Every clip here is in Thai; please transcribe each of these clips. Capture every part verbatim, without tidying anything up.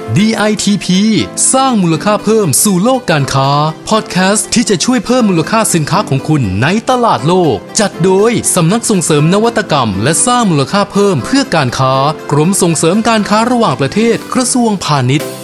ดี ไอ ที พี สร้างมูลค่าเพิ่มสู่โลกการค้าพอดแคสต์ที่จะช่วยเพิ่มมูลค่าสินค้าของคุณในตลาดโลกจัดโดยสำนักส่งเสริมนวัตกรรมและสร้างมูลค่าเพิ่มเพื่อการค้ากรมส่งเสริมการค้าระหว่างประเทศกระทรวงพาณิชย์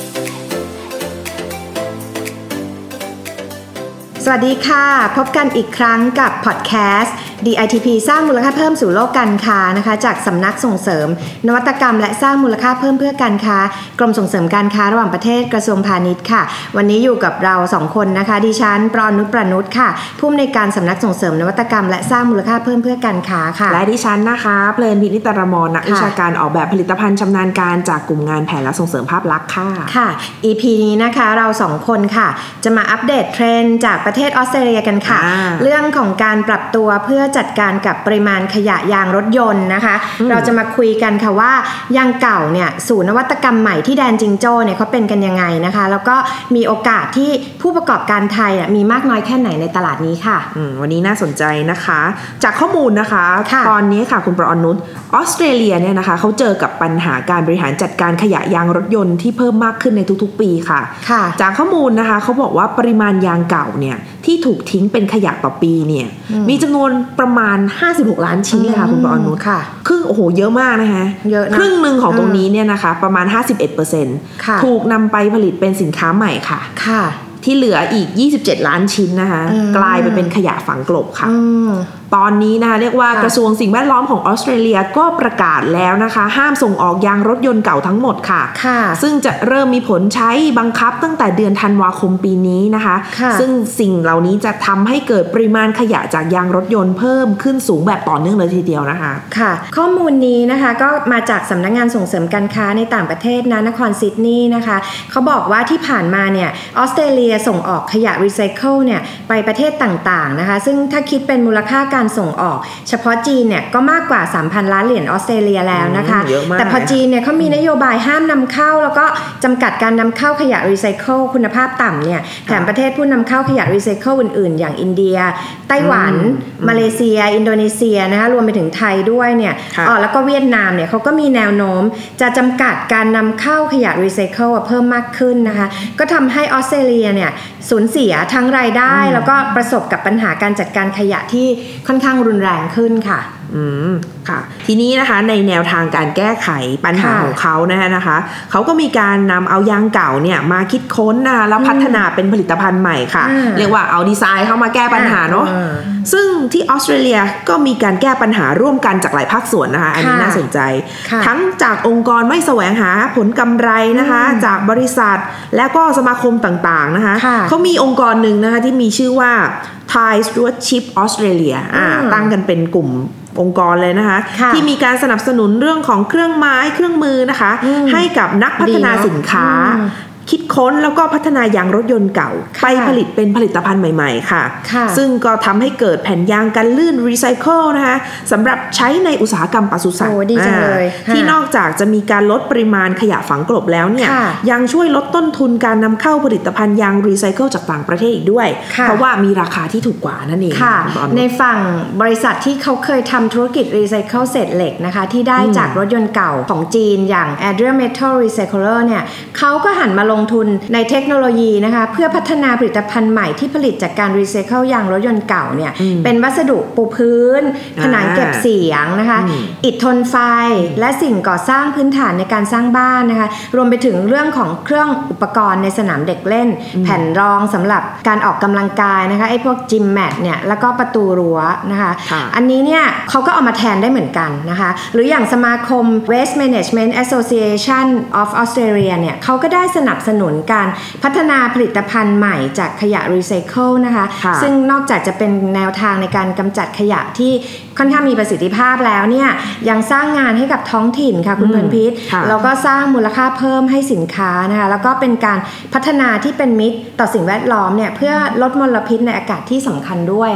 สวัสดีค่ะพบกันอีกครั้งกับพอดแคสต์ ดี ไอ ที พี สร้างมูลค่าเพิ่มสู่โลกการค้านะคะจากสำนักส่งเสริมนวัตกรรมและสร้างมูลค่าเพิ่มเพื่อการค้ากรมส่งเสริมการค้าระหว่างประเทศกระทรวงพาณิชย์ค่ะวันนี้อยู่กับเราสองคนนะคะดิฉันปรนุชประนุชค่ะผู้อำนวยการสำนักส่งเสริมนวัตกรรมและสร้างมูลค่าเพิ่มเพื่อการค้าค่ะและดิฉันนะคะเพลินพินิตรมรนักวิชาการออกแบบผลิตภัณฑ์ชำนาญการจากกลุ่มงานแผนและส่งเสริมภาพลักษณ์ค่ะค่ะ อี พี นี้นะคะเราสองคนค่ะจะมาอัปเดตเทรนด์จากประเทศออสเตรเลียกันค่ะเรื่องของการปรับตัวเพื่อจัดการกับปริมาณขยะยางรถยนต์นะคะเราจะมาคุยกันค่ะว่ายางเก่าเนี่ยสู่นวัตกรรมใหม่ที่แดนจิงโจ้เนี่ยเขาเป็นกันยังไงนะคะแล้วก็มีโอกาสที่ผู้ประกอบการไทยมีมากน้อยแค่ไหนในตลาดนี้ค่ะวันนี้น่าสนใจนะคะจากข้อมูลนะคะตอนนี้ค่ะคุณประอนุชออสเตรเลียเนี่ยนะคะเขาเจอกับปัญหาการบริหารจัดการขยะยางรถยนต์ที่เพิ่มมากขึ้นในทุกๆปีค่ะจากข้อมูลนะคะเขาบอกว่าปริมาณยางเก่าเนี่ยที่ถูกทิ้งเป็นขยะต่อปีเนี่ยมีจำนวนประมาณห้าสิบหกล้านชิ้นเลยค่ะคุณปอนุชค่ะครึ่งโอ้โหเยอะมากนะคะเยอะนะครึ่งนึงของตรงนี้เนี่ยนะคะประมาณ ห้าสิบเอ็ดเปอร์เซ็นต์ ถูกนำไปผลิตเป็นสินค้าใหม่ค่ะค่ะที่เหลืออีกยี่สิบเจ็ดล้านชิ้นนะคะกลายไปเป็นขยะฝังกลบค่ะตอนนี้นะคะเรียกว่ากระทรวงสิ่งแวดล้อมของออสเตรเลียก็ประกาศแล้วนะคะห้ามส่งออกยางรถยนต์เก่าทั้งหมดค่ะซึ่งจะเริ่มมีผลใช้บังคับตั้งแต่เดือนธันวาคมปีนี้นะคะซึ่งสิ่งเหล่านี้จะทำให้เกิดปริมาณขยะจากยางรถยนต์เพิ่มขึ้นสูงแบบต่อเนื่องเลยทีเดียวนะคะค่ะข้อมูลนี้นะคะก็มาจากสำนักงานส่งเสริมการค้าในต่างประเทศนะนครซิดนีย์นะคะเขาบอกว่าที่ผ่านมาเนี่ยออสเตรเลียส่งออกขยะรีไซเคิลเนี่ยไปประเทศต่างๆนะคะซึ่งถ้าคิดเป็นมูลค่าการส่งออกเฉพาะจีนเนี่ยก็มากกว่า สามพัน ล้านเหรียญออสเตรเลียแล้วนะคะแต่พอจีนเนี่ยเขามีนโยบายห้ามนำเข้าแล้วก็จำกัดการนำเข้าขยะรีไซเคิลคุณภาพต่ำเนี่ยแถมประเทศผู้นำเข้าขยะรีไซเคิลอื่นๆอย่างอินเดียไต้หวันมาเลเซียอินโดนีเซียนะคะรวมไปถึงไทยด้วยเนี่ยอ๋อแล้วก็เวียดนามเนี่ยเขาก็มีแนวโน้มจะจำกัดการนำเข้าขยะรีไซเคิลเพิ่มมากขึ้นนะคะก็ทำให้ออสเตรเลียเนี่ยสูญเสียทั้งรายได้แล้วก็ประสบกับปัญหาการจัดการขยะที่ค่อนข้างรุนแรงขึ้นค่ะอืมค่ะทีนี้นะคะในแนวทางการแก้ไขปัญหาของเขานะคะนะคะเขาก็มีการนำเอายางเก่าเนี่ยมาคิดค้นนะคะแล้วพัฒนาเป็นผลิตภัณฑ์ใหม่ค่ะเรียกว่าเอาดีไซน์เข้ามาแก้ปัญหาเนาะซึ่งที่ออสเตรเลียก็มีการแก้ปัญหาร่วมกันจากหลายภาคส่วนนะคะอันนี้น่าสนใจทั้งจากองค์กรไม่แสวงหาผลกำไรนะคะจากบริษัทและก็สมาคมต่างๆนะคะเขามีองค์กรหนึ่งนะคะที่มีชื่อว่า Thai Stewardship Australia อ่าตั้งกันเป็นกลุ่มองค์กรเลยนะคะที่มีการสนับสนุนเรื่องของเครื่องไม้เครื่องมือนะคะให้กับนักพัฒนาสินค้าคิดค้นแล้วก็พัฒนายางรถยนต์เก่าไปผลิตเป็นผลิตภัณฑ์ใหม่ๆค่ะซึ่งก็ทำให้เกิดแผ่นยางกันลื่นรีไซเคิลนะคะสำหรับใช้ในอุตสาหกรรมปศุสัตว์ที่นอกจากจะมีการลดปริมาณขยะฝังกลบแล้วเนี่ยยังช่วยลดต้นทุนการนำเข้าผลิตภัณฑ์ยางรีไซเคิลจากต่างประเทศอีกด้วยเพราะว่ามีราคาที่ถูกกว่านั่นเองในฝั่งบริษัทที่เขาเคยทำธุรกิจรีไซเคิลเศษเหล็กนะคะที่ได้จากรถยนต์เก่าของจีนอย่าง Adria Metal Recycler เนี่ยเขาก็หันมาลงทุนในเทคโนโลยีนะคะเพื่อพัฒนาผลิตภัณฑ์ใหม่ที่ผลิตจากการรีไซเคิลยางรถยนต์เก่าเนี่ยเป็นวัสดุปูพื้นผนังเก็บเสียงนะคะอิฐทนไฟและสิ่งก่อสร้างพื้นฐานในการสร้างบ้านนะคะรวมไปถึงเรื่องของเครื่องอุปกรณ์ในสนามเด็กเล่นแผ่นรองสำหรับการออกกำลังกายนะคะไอ้พวกจิมแมทเนี่ยแล้วก็ประตูรั้วนะคะอันนี้เนี่ยเขาก็เอามาแทนได้เหมือนกันนะคะหรืออย่างสมาคม Waste Management Association of Australia เนี่ยเขาก็ได้สนับสนุนการพัฒนาผลิตภัณฑ์ใหม่จากขยะรีไซเคิลนะคะซึ่งนอกจากจะเป็นแนวทางในการกำจัดขยะที่ค่อนข้างมีประสิทธิภาพแล้วเนี่ยยังสร้างงานให้กับท้องถิ่นค่ะคุณเพลินพิษแล้วก็สร้างมูลค่าเพิ่มให้สินค้านะคะแล้วก็เป็นการพัฒนาที่เป็นมิตรต่อสิ่งแวดล้อมเนี่ยเพื่อลดมลพิษในอากาศที่สำคัญด้วยค่ะ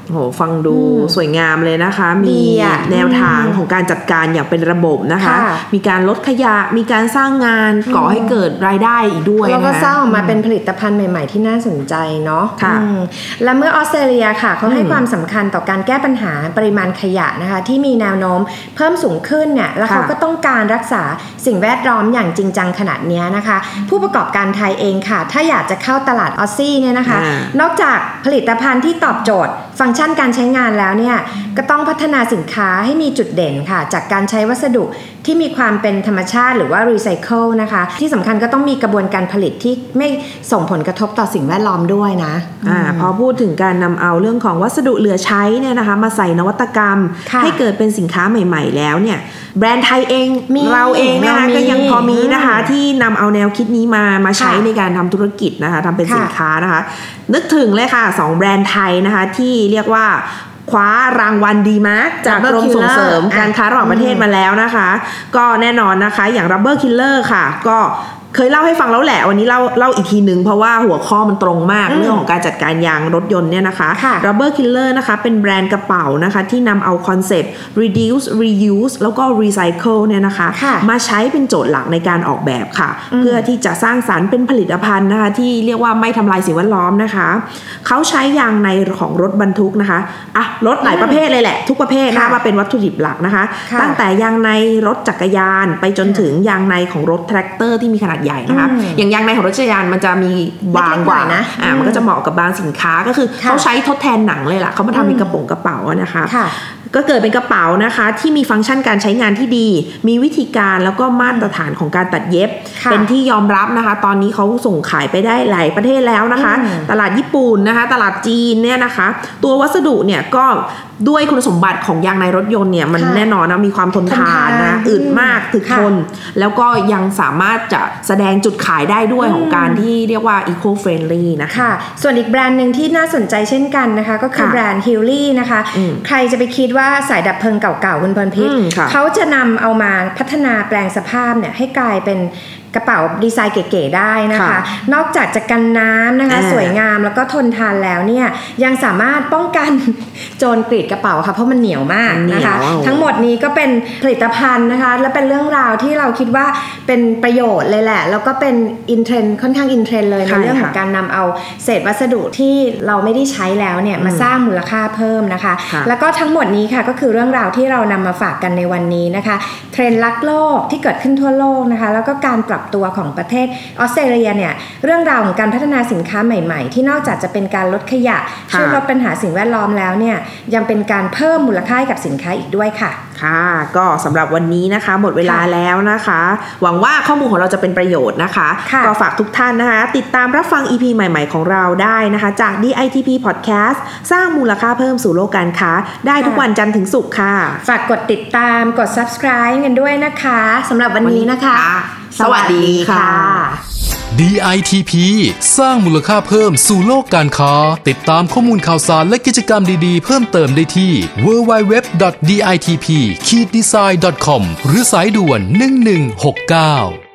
โหฟังดูสวยงามเลยนะคะมีแนวทางของการจัดการอย่างเป็นระบบนะคะมีการลดขยะมีการสร้างงานก่อให้เกิดรายได้อีกด้วยแล้วก็สร้างออกมาเป็นผลิตภัณฑ์ใหม่ๆที่น่าสนใจเนาะและเมื่อออสเตรเลียค่ะเขาให้ความสำคัญต่อการแก้ปัญหาปริมาณขยะนะคะที่มีแนวโน้มเพิ่มสูงขึ้นเนี่ยแล้วเขาก็ต้องการรักษาสิ่งแวดล้อมอย่างจริงจังขนาดนี้นะคะผู้ประกอบการไทยเองค่ะถ้าอยากจะเข้าตลาดออสซี่เนี่ยนะคะนอกจากผลิตภัณฑ์ที่ตอบโจทย์ฟังก์ชันการใช้งานแล้วเนี่ยก็ต้องพัฒนาสินค้าให้มีจุดเด่นค่ะจากการใช้วัสดุที่มีความเป็นธรรมชาติหรือว่ารีไซเคิลนะคะที่สำคัญก็ต้องมีกระบวนการผลิตที่ไม่ส่งผลกระทบต่อสิ่งแวดล้อมด้วยนะอ่าพอพูดถึงการนำเอาเรื่องของวัสดุเหลือใช้เนี่ยนะคะมาใส่นวัตกรรมให้เกิดเป็นสินค้าใหม่ๆแล้วเนี่ยแบรนด์ไทยเองเราเองนะคะก็ยังพอมีนะคะที่นำเอาแนวคิดนี้มามาใช้ในการทำธุรกิจนะคะทำเป็นสินค้านะคะนึกถึงเลยค่ะสองแบรนด์ไทยนะคะที่เรียกว่าคว้ารางวัลดีมาร์กจากกรมส่งเสริมการค้าระหว่างประเทศมาแล้วนะคะก็แน่นอนนะคะอย่าง Rubber Killer ค่ะก็เคยเล่าให้ฟังแล้วแหละวันนี้เล่าเล่าอีกทีนึงเพราะว่าหัวข้อมันตรงมากเรื่องของการจัดการยางรถยนต์เนี่ยนะคะ Rubber Killer นะคะเป็นแบรนด์กระเป๋านะคะที่นำเอาคอนเซ็ปต์ reduce reuse แล้วก็ recycle เนี่ยนะคะมาใช้เป็นโจทย์หลักในการออกแบบค่ะเพื่อที่จะสร้างสรรค์เป็นผลิตภัณฑ์นะคะที่เรียกว่าไม่ทำลายสิ่งแวดล้อมนะคะเขาใช้ยางในของรถบรรทุกนะคะอ่ะรถหลายประเภทเลยแหละทุกประเภทนะมาเป็นวัตถุดิบหลักนะคะตั้งแต่ยางในรถจักรยานไปจนถึงยางในของรถแทรกเตอร์ที่มีขนาดใหญ่นะคะอย่างยางในของรถจักรยานมันจะมีบางกว่านะอ่ามันก็จะเหมาะกับบางสินค้าก็คือเขาใช้ทดแทนหนังเลยล่ะเขามาทำเป็นกระป๋องกระเป๋านะคะก็เกิดเป็นกระเป๋านะคะที่มีฟังก์ชันการใช้งานที่ดีมีวิธีการแล้วก็มาตรฐานของการตัดเย็บเป็นที่ยอมรับนะคะตอนนี้เขาส่งขายไปได้หลายประเทศแล้วนะคะตลาดญี่ปุ่นนะคะตลาดจีนเนี่ยนะคะตัววัสดุเนี่ยก็ด้วยคุณสมบัติของยางในรถยนต์เนี่ยมันแน่นอนนะมีความทนทานนะอึดมากถึกทนแล้วก็ยังสามารถจะแสดงจุดขายได้ด้วยของการที่เรียกว่า eco friendly นะคะส่วนอีกแบรนด์หนึ่งที่น่าสนใจเช่นกันนะคะก็คือแบรนด์ Hilly นะคะใครจะไปคิดว่าสายดับเพลิงเก่าๆคุณพรพิษเขาจะนำเอามาพัฒนาแปลงสภาพเนี่ยให้กลายเป็นกระเป๋าดีไซน์เก๋ๆได้นะคะนอกจากจะกันน้ำนะคะสวยงามแล้วก็ทนทานแล้วเนี่ยยังสามารถป้องกันโจรกรีดกระเป๋าค่ะเพราะมันเหนียวมากนะคะทั้งหมดนี้ก็เป็นผลิตภัณฑ์นะคะและเป็นเรื่องราวที่เราคิดว่าเป็นประโยชน์เลยแหละแล้วก็เป็นอินเทรนด์ค่อนข้างอินเทรนด์เลยในเรื่องของการนำเอาเศษวัสดุที่เราไม่ได้ใช้แล้วเนี่ยมาสร้างมูลค่าเพิ่มนะคะแล้วก็ทั้งหมดนี้ค่ะก็คือเรื่องราวที่เรานำมาฝากกันในวันนี้นะคะเทรนด์รักโลกที่เกิดขึ้นทั่วโลกนะคะแล้วก็การปรับตัวของประเทศออสเตรเลียเนี่ยเรื่องราวของการพัฒนาสินค้าใหม่ๆที่นอกจากจะเป็นการลดขยะช่วยลดปัญหาสิ่งแวดล้อมแล้วเนี่ยยังเป็นการเพิ่มมูลค่าให้กับสินค้าอีกด้วยค่ะค่ะก็สำหรับวันนี้นะคะหมดเวลาแล้วนะคะหวังว่าข้อมูลของเราจะเป็นประโยชน์นะคะก็ฝากทุกท่านนะคะติดตามรับฟัง อี พี ใหม่ๆของเราได้นะคะจาก ดี ไอ ที พี Podcast สร้างมูลค่าเพิ่มสู่โลกการค้าได้ทุกวันจันทร์ถึงศุกร์ค่ะฝากกดติดตามกด Subscribe กันด้วยนะคะสำหรับวันนี้นะคะสวัสดีค่ะดี ไอ ที พี สร้างมูลค่าเพิ่มสู่โลกการค้าติดตามข้อมูลข่าวสารและกิจกรรมดีๆเพิ่มเติมได้ที่ ดับเบิลยู ดับเบิลยู ดับเบิลยู ดอท ดี ไอ ที พี ดีไซน์ ดอท คอม หรือสายด่วนหนึ่งหนึ่งหกเก้า